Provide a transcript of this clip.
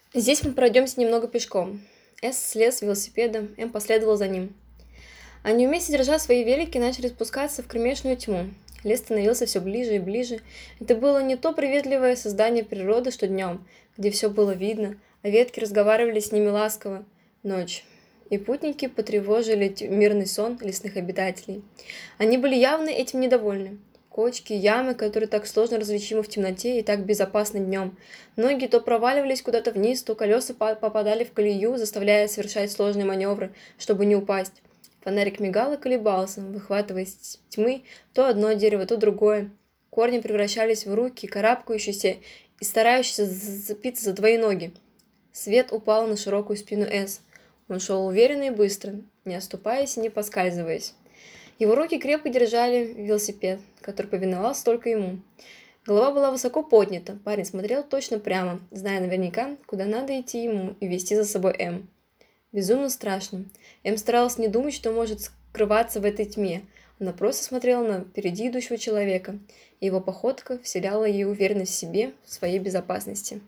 Здесь мы пройдемся немного пешком. Эс слез с велосипеда, М последовал за ним. Они вместе, держа свои велики, начали спускаться в кромешную тьму. Лес становился все ближе и ближе. Это было не то приветливое создание природы, что днем, где все было видно, а ветки разговаривали с ними ласково. Ночь. И путники потревожили мирный сон лесных обитателей. Они были явно этим недовольны. Кочки, ямы, которые так сложно различимы в темноте и так безопасны днем. Ноги то проваливались куда-то вниз, то колеса попадали в колею, заставляя совершать сложные маневры, чтобы не упасть. Фонарик мигал и колебался, выхватывая из тьмы то одно дерево, то другое. Корни превращались в руки, карабкающиеся и старающиеся зацепиться за твои ноги. Свет упал на широкую спину Эс. Он шел уверенно и быстро, не оступаясь и не поскальзываясь. Его руки крепко держали велосипед, который повиновался только ему. Голова была высоко поднята, парень смотрел точно прямо, зная наверняка, куда надо идти ему и вести за собой М. Безумно страшно. М старалась не думать, что может скрываться в этой тьме. Она просто смотрела на впереди идущего человека, и его походка вселяла ей уверенность в себе, в своей безопасности.